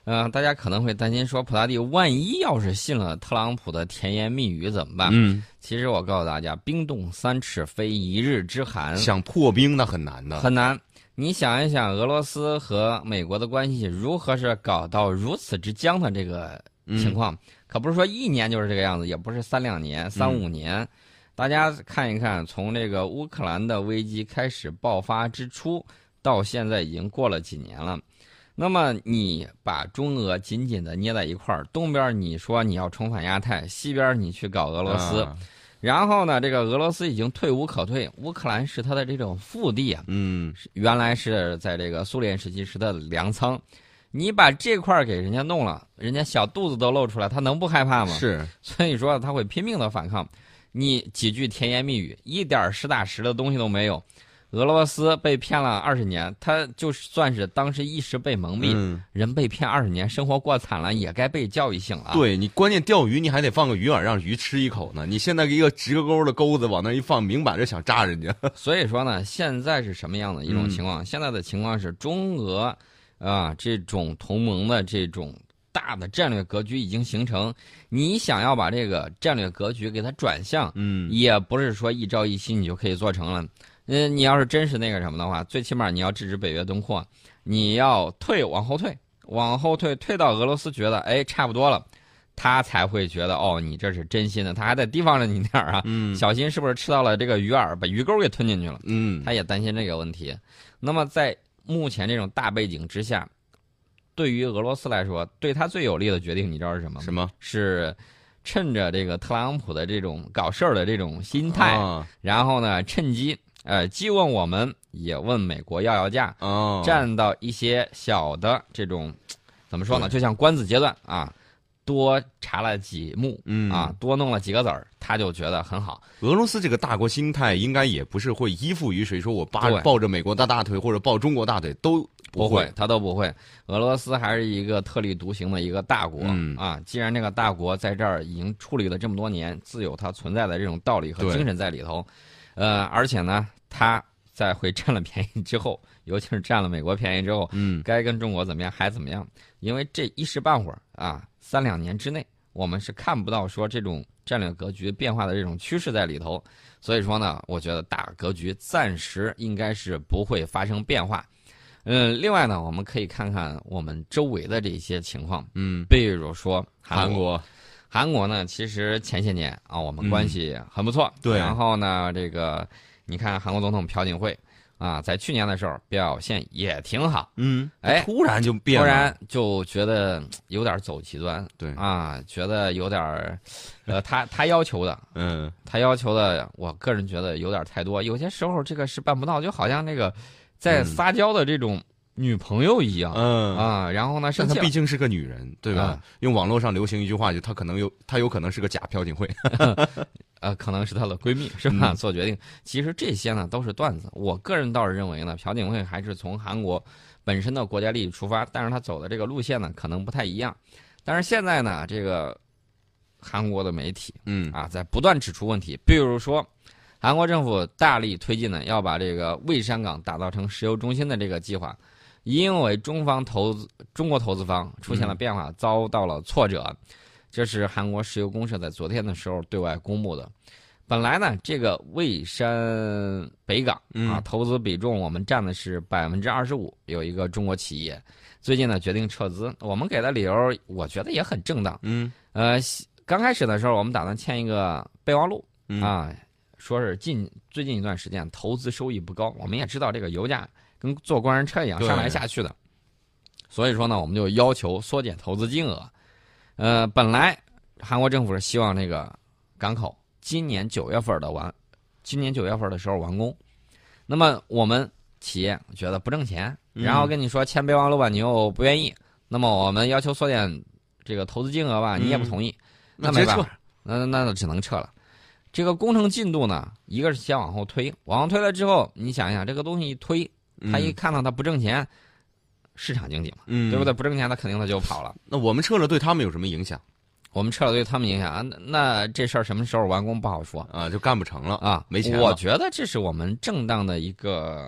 大家可能会担心说，普大帝万一要是信了特朗普的甜言蜜语怎么办？其实我告诉大家，冰冻三尺非一日之寒， 想破冰那很难的， 很难。你想一想，俄罗斯和美国的关系如何是搞到如此之僵的这个情况，可不是说1年就是这个样子，也不是3、2年、3、5年。大家看一看，从这个乌克兰的危机开始爆发之初，到现在已经过了几年了。那么你把中俄紧紧的捏在一块儿，东边你说你要重返亚太，西边你去搞俄罗斯，然后呢，这个俄罗斯已经退无可退，乌克兰是它的这种腹地啊，原来是在这个苏联时期是它的粮仓，你把这块给人家弄了，人家小肚子都露出来，他能不害怕吗？ 是， 所以说他会拼命的反抗，你几句甜言蜜语，一点实打实的东西都没有。俄罗斯被骗了20年，他就算是当时一时被蒙蔽，人被骗20年，生活过惨了，也该被教育醒了。 对，你关键钓鱼你还得放个鱼饵让鱼吃一口呢，你现在一个直勾的钩子往那一放，明摆着想扎人家。 所以说呢，现在是什么样的一种情况？现在的情况是中俄这种同盟的这种大的战略格局已经形成，你想要把这个战略格局给它转向，也不是说一朝一夕你就可以做成了。你要是真是那个什么的话，最起码你要制止北约东扩，你要往后退，退到俄罗斯觉得差不多了，他才会觉得你这是真心的，他还得提防着你点啊，小心是不是吃到了这个鱼饵，把鱼钩给吞进去了，他也担心这个问题。那么在目前这种大背景之下，对于俄罗斯来说，对他最有利的决定，你知道是什么吗？ 什么？ 是趁着这个特朗普的这种搞事儿的这种心态，然后呢，趁机既问我们，也问美国要价，占到一些小的这种，怎么说呢？就像官子阶段啊，多查了几目，多弄了几个子儿，他就觉得很好。 俄罗斯这个大国心态应该也不是会依附于谁，说我抱着美国的大腿或者抱中国大腿都不会，他都不会。俄罗斯还是一个特立独行的一个大国既然这个大国在这儿已经矗立了这么多年，自有它存在的这种道理和精神在里头。而且呢，他在会占了便宜之后，尤其是占了美国便宜之后，该跟中国怎么样还怎么样？因为这一时半会儿3、2年之内，我们是看不到说这种战略格局变化的这种趋势在里头。所以说呢，我觉得大格局暂时应该是不会发生变化。另外呢，我们可以看看我们周围的这些情况，比如说韩国呢，其实前些年我们关系很不错， 对。 然后呢，这个你看韩国总统朴槿惠在去年的时候表现也挺好， 突然就变了， 突然就觉得有点走极端， 对觉得有点他要求的，他要求的，我个人觉得有点太多，有些时候这个是办不到，就好像那个在撒娇的这种女朋友一样，然后呢， 但她毕竟是个女人，对吧？用网络上流行一句话，就她有可能是个假朴槿惠， 可能是她的闺蜜，是吧？做决定，其实这些呢都是段子。我个人倒是认为呢，朴槿惠还是从韩国本身的国家利益出发，但是她走的这个路线呢可能不太一样。但是现在呢，这个韩国的媒体，在不断指出问题，比如说，韩国政府大力推进呢，要把这个蔚山港打造成石油中心的这个计划。因为中国投资方出现了变化，遭到了挫折，这是韩国石油公社在昨天的时候对外公布的。本来呢，这个蔚山北港投资比重我们占的是25%，有一个中国企业，最近呢决定撤资。我们给的理由，我觉得也很正当。刚开始的时候，我们打算签一个备忘录说是最近一段时间投资收益不高，我们也知道这个油价跟坐过山车一样上来下去的，所以说呢，我们就要求缩减投资金额。本来韩国政府是希望这个港口今年9月份的时候完工。那么我们企业觉得不挣钱，然后跟你说签备忘录吧，你又不愿意，那么我们要求缩减这个投资金额吧，你也不同意，那没办法，那只能撤了。这个工程进度呢，一个是先往后推了之后，你想一想，这个东西一推，他一看到他不挣钱，市场经济嘛，对不对？不挣钱，他肯定他就跑了。 那我们撤了对他们有什么影响？ 我们撤了对他们影响那这事儿什么时候完工不好说就干不成了没钱了。 我觉得这是我们正当的一个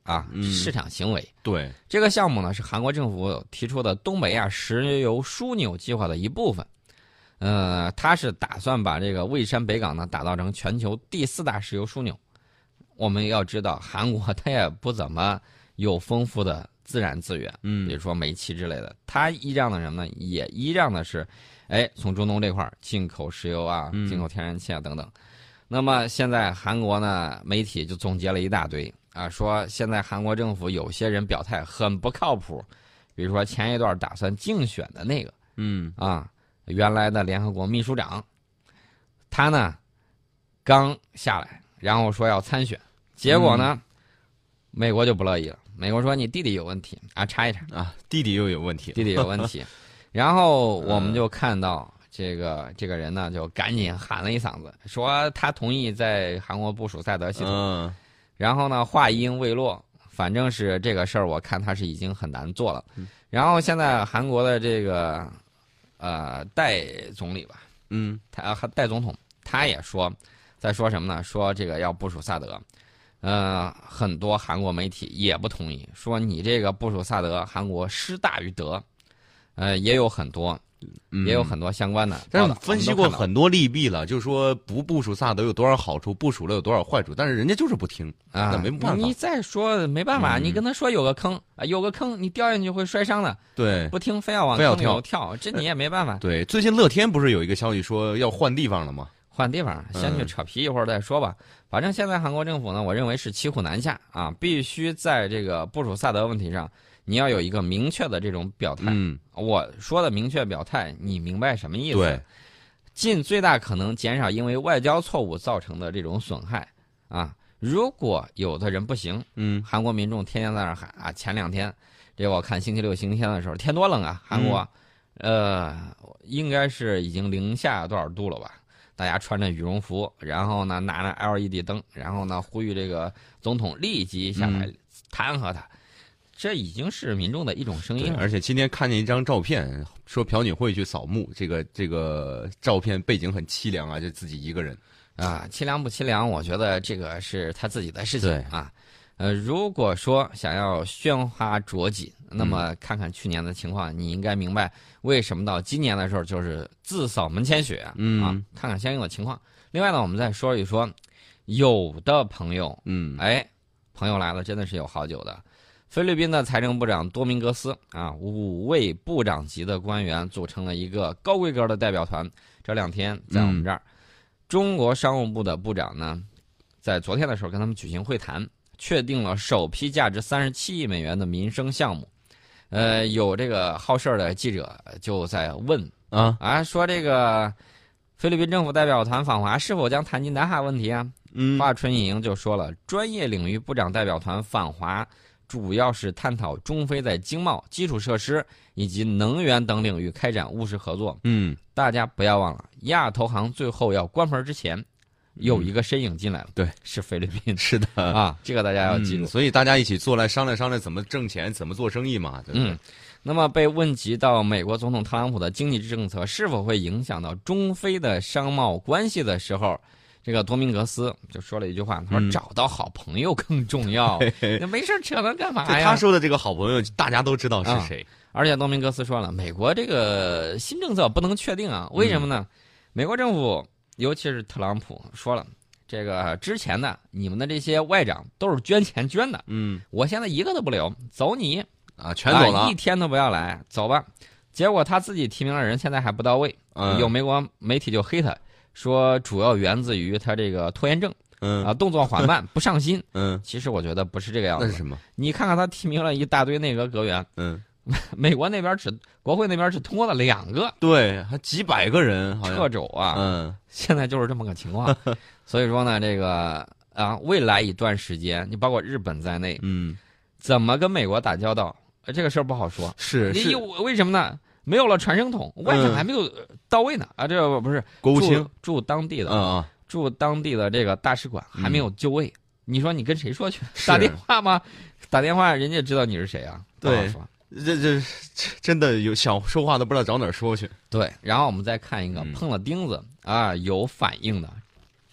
啊，市场行为。 对， 这个项目呢是韩国政府提出的东北亚石油枢纽计划的一部分。它是打算把这个蔚山北港呢打造成全球第4大石油枢纽。我们要知道，韩国它也不怎么有丰富的自然资源，比如说煤气之类的，它依仗的什么呢？也依仗的是，从中东这块进口石油啊，进口天然气啊等等。那么现在韩国呢，媒体就总结了一大堆啊，说现在韩国政府有些人表态很不靠谱，比如说前一段打算竞选的那个，原来的联合国秘书长，他呢刚下来，然后说要参选，结果呢，美国就不乐意了。美国说你弟弟有问题啊，查一查啊，弟弟又有问题， 弟弟有问题。然后我们就看到这个人呢，就赶紧喊了一嗓子，说他同意在韩国部署赛德系统。然后呢，话音未落，反正是这个事儿，我看他是已经很难做了。然后现在韩国的这个代总理吧，代总统他也说，在说什么呢？说这个要部署萨德。很多韩国媒体也不同意，说你这个部署萨德，韩国失大于得。也有很多相关的。 但是分析过很多利弊了，就说不部署萨德有多少好处，部署了有多少坏处，但是人家就是不听啊，那没办法。 你再说没办法，你跟他说有个坑啊，有个坑，你掉进去会摔伤的。 对， 不听非要往坑里跳，这你也没办法。 对，最近乐天不是有一个消息说要换地方了吗？ 换地方，先去扯皮一会儿再说吧。反正现在韩国政府呢，我认为是骑虎难下啊，必须在这个部署萨德问题上，你要有一个明确的这种表态。我说的明确表态，你明白什么意思？ 对， 尽最大可能减少因为外交错误造成的这种损害啊。如果有的人不行，韩国民众天天在那喊啊。前2天，这我看星期六、星期天的时候，天多冷啊，韩国，应该是已经零下多少度了吧？大家穿着羽绒服，然后呢拿着 LED 灯，然后呢呼吁这个总统立即下来弹劾他。这已经是民众的一种声音了。 而且今天看见一张照片，说朴槿惠去扫墓，这个照片背景很凄凉啊，就自己一个人啊，凄凉不凄凉？我觉得这个是他自己的事情啊。如果说想要喧哗着锦，那么看看去年的情况，你应该明白为什么到今年的时候就是自扫门前雪啊。看看相应的情况。另外呢，我们再说一说，有的朋友，朋友来了，真的是有好酒的。菲律宾的财政部长多明格斯啊，5位部长级的官员组成了一个高规格的代表团。这2天在我们这儿，中国商务部的部长呢，在昨天的时候跟他们举行会谈，确定了首批价值37亿美元的民生项目。有这个好事的记者就在问说这个菲律宾政府代表团访华是否将谈及南海问题啊？华春莹就说了，专业领域部长代表团访华主要是探讨中非在经贸、基础设施以及能源等领域开展务实合作。大家不要忘了，亚投行最后要关门之前，有一个身影进来了， 对， 是菲律宾。 是的啊，这个大家要记住。 所以大家一起坐来商量商量怎么挣钱，怎么做生意嘛，对不对？ 那么被问及到美国总统特朗普的经济政策是否会影响到中非的商贸关系的时候，这个多明格斯就说了一句话，他说找到好朋友更重要。没事扯那干嘛呀？ 他说的这个好朋友大家都知道是谁。 而且多明格斯说了，美国这个新政策不能确定啊，为什么呢？美国政府尤其是特朗普说了，这个之前的你们的这些外长都是捐钱捐的，我现在一个都不留，走你啊，全走了， 一天都不要来，走吧。结果他自己提名的人现在还不到位，有美国媒体就黑他，说主要源自于他这个拖延症，动作缓慢，不上心。其实我觉得不是这个样子。 那是什么？ 你看看他提名了一大堆内阁阁员，美国那边国会那边只通过了2个， 对，还几百个人，好像特肘啊。现在就是这么个情况。所以说呢，这个未来一段时间，你包括日本在内，怎么跟美国打交道，这个事儿不好说。 是为什么呢？没有了传声筒，外长还没有到位呢。这不是国务卿驻当地的驻当地的这个大使馆还没有就位。你说你跟谁说去？打电话吗？打电话人家知道你是谁啊？ 对，这真的有想说话都不知道找哪儿说去。 对，然后我们再看一个碰了钉子有反应的，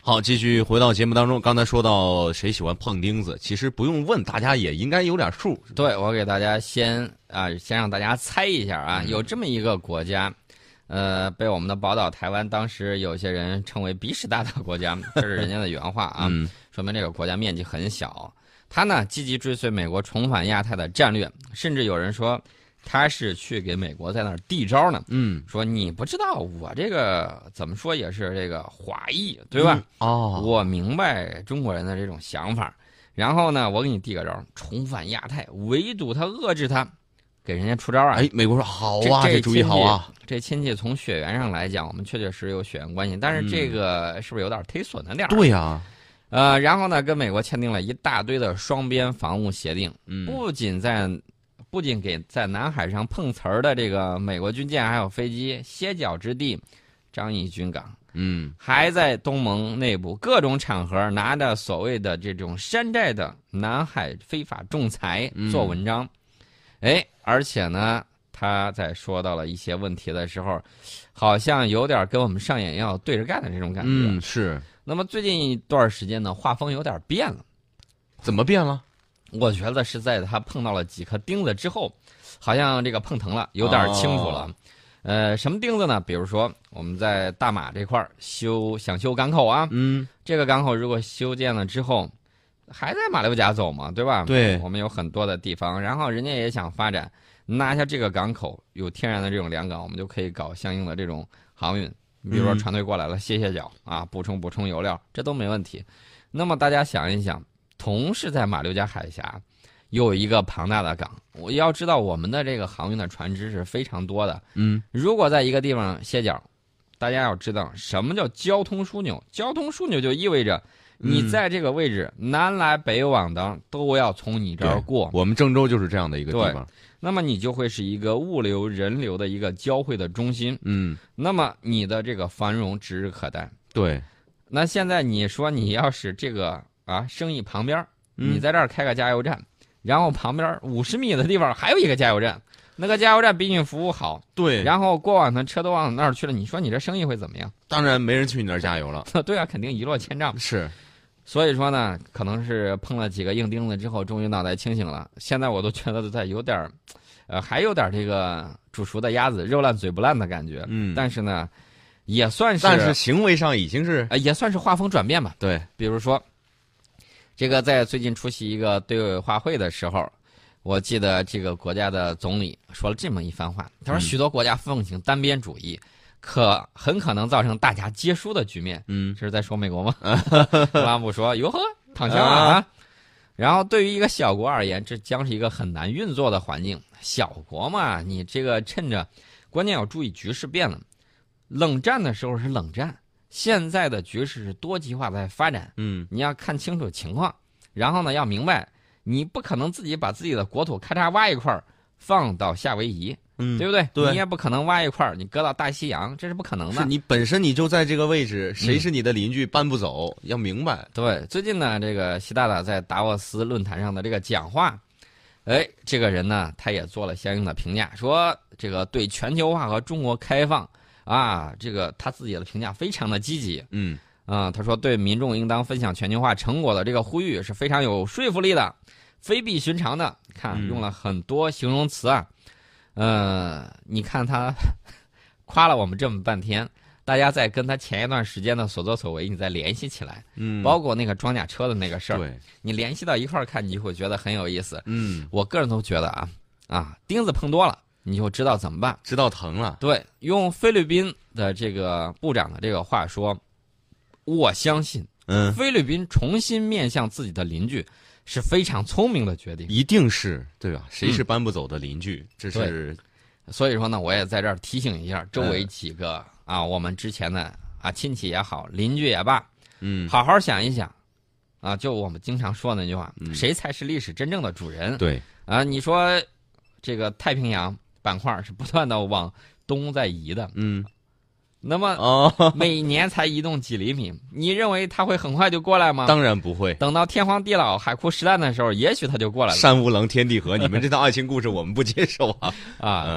好，继续回到节目当中。刚才说到谁喜欢碰钉子，其实不用问，大家也应该有点数。 对，我给大家先让大家猜一下啊，有这么一个国家，被我们的宝岛台湾当时有些人称为鼻屎大的国家，这是人家的原话啊，说明这个国家面积很小。他呢积极追随美国重返亚太的战略，甚至有人说他是去给美国在那儿递招呢。说你不知道我这个怎么说也是这个华裔，对吧？我明白中国人的这种想法，然后呢，我给你递个招，重返亚太，围堵他，遏制他，给人家出招啊！ 哎，美国说好啊，这主意好啊。 这亲戚从血缘上来讲，我们确确实有血缘关系，但是这个是不是有点忒损了点？ 对呀。 然后呢，跟美国签订了一大堆的双边防务协定，不仅给在南海上碰瓷儿的这个美国军舰还有飞机歇脚之地张义军港，还在东盟内部各种场合拿着所谓的这种山寨的南海非法仲裁做文章，而且呢，他在说到了一些问题的时候，好像有点跟我们上演要对着干的这种感觉。 是。 那么最近一段时间呢，画风有点变了。 怎么变了？ 我觉得是在他碰到了几颗钉子之后，好像这个碰疼了，有点清楚了。什么钉子呢？比如说我们在大马这块儿想修港口啊，这个港口如果修建了之后，还在马六甲走嘛，对吧？ 对， 我们有很多的地方，然后人家也想发展，拿下这个港口，有天然的这种良港，我们就可以搞相应的这种航运。比如说船队过来了，歇脚啊，补充油料，这都没问题。那么大家想一想，同是在马六甲海峡有一个庞大的港，我要知道我们的这个航运的船只是非常多的。如果在一个地方歇脚，大家要知道什么叫交通枢纽？交通枢纽就意味着你在这个位置，南来北往的都要从你这儿过。 我们郑州就是这样的一个地方。 那么你就会是一个物流人流的一个交汇的中心。那么你的这个繁荣指日可待。 对。 那现在你说你要是这个生意旁边，你在这儿开个加油站，然后旁边50米的地方还有一个加油站，那个加油站比你服务好， 对， 然后过往的车都往那儿去了，你说你这生意会怎么样？ 当然没人去你那儿加油了。 对啊，肯定一落千丈。 是。 所以说呢，可能是碰了几个硬钉子之后，终于脑袋清醒了。现在我都觉得在有点还有点这个煮熟的鸭子肉烂嘴不烂的感觉。但是呢，也算是， 但是行为上已经是也算是画风转变吧。 对， 比如说，这个在最近出席一个对话会的时候，我记得这个国家的总理说了这么一番话，他说许多国家奉行单边主义。很可能造成大家皆输的局面。这是在说美国吗？特朗普说：“哟呵，躺枪啊！”然后对于一个小国而言，这将是一个很难运作的环境。小国嘛，你这个趁着，关键要注意局势变了。冷战的时候是冷战，现在的局势是多极化在发展。你要看清楚情况，然后呢，要明白，你不可能自己把自己的国土咔嚓挖一块放到夏威夷。对不对？ 对， 你也不可能挖一块你搁到大西洋，这是不可能的。 是你本身你就在这个位置，谁是你的邻居搬不走，要明白。 对，最近呢，这个习大大在达沃斯论坛上的这个讲话，这个人呢，他也做了相应的评价，说这个对全球化和中国开放这个他自己的评价非常的积极。他说对民众应当分享全球化成果的这个呼吁是非常有说服力的，非比寻常的。看用了很多形容词你看他夸了我们这么半天，大家再跟他前一段时间的所作所为，你再联系起来，包括那个装甲车的那个事儿，你联系到一块儿看，你就会觉得很有意思。我个人都觉得钉子碰多了，你就知道怎么办， 知道疼了。 对，用菲律宾的这个部长的这个话说，我相信，菲律宾重新面向自己的邻居。是非常聪明的决定， 一定是对吧？谁是搬不走的邻居？这是， 所以说呢，我也在这儿提醒一下周围几个我们之前的亲戚也好，邻居也罢，好好想一想就我们经常说的那句话，谁才是历史真正的主人？ 对你说这个太平洋板块是不断的往东在移的，那么每年才移动几厘米，你认为它会很快就过来吗？ 当然不会。 等到天荒地老、海枯石烂的时候，也许它就过来了。 山无棱，天地合，你们这套爱情故事我们不接受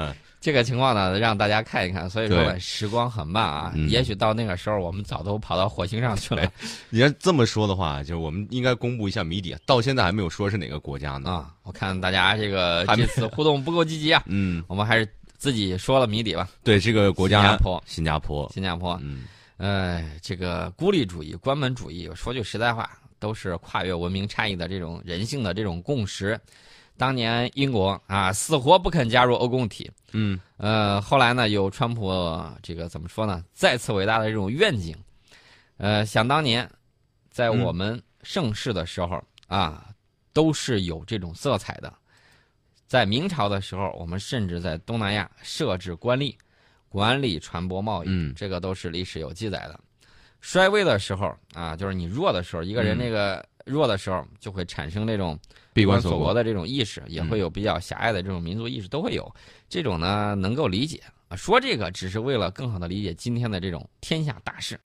这个情况呢，让大家看一看。所以说呢， 对时光很慢啊， 嗯也许到那个时候，我们早都跑到火星上去了你要这么说的话，就是我们应该公布一下谜底，到现在还没有说是哪个国家呢。 啊！我看大家这个还没这次互动不够积极啊， 嗯， 我们还是自己说了谜底吧。 对，这个国家新加坡， 新加坡， 新加坡， 嗯这个孤立主义、关门主义，说句实在话，都是跨越文明差异的这种人性的这种共识。当年英国啊，死活不肯加入欧共体， 嗯后来呢，有川普这个怎么说呢，再次伟大的这种愿景。想当年，在我们盛世的时候啊，都是有这种色彩的。在明朝的时候，我们甚至在东南亚设置官吏，管理船舶贸易， 嗯这个都是历史有记载的。衰微的时候啊，就是你弱的时候，一个人这个弱的时候，就会产生这种闭关锁锁国的这种意识，也会有比较狭隘的这种民族意识，都会有。这种呢，能够理解啊。说这个只是为了更好的理解今天的这种天下大势。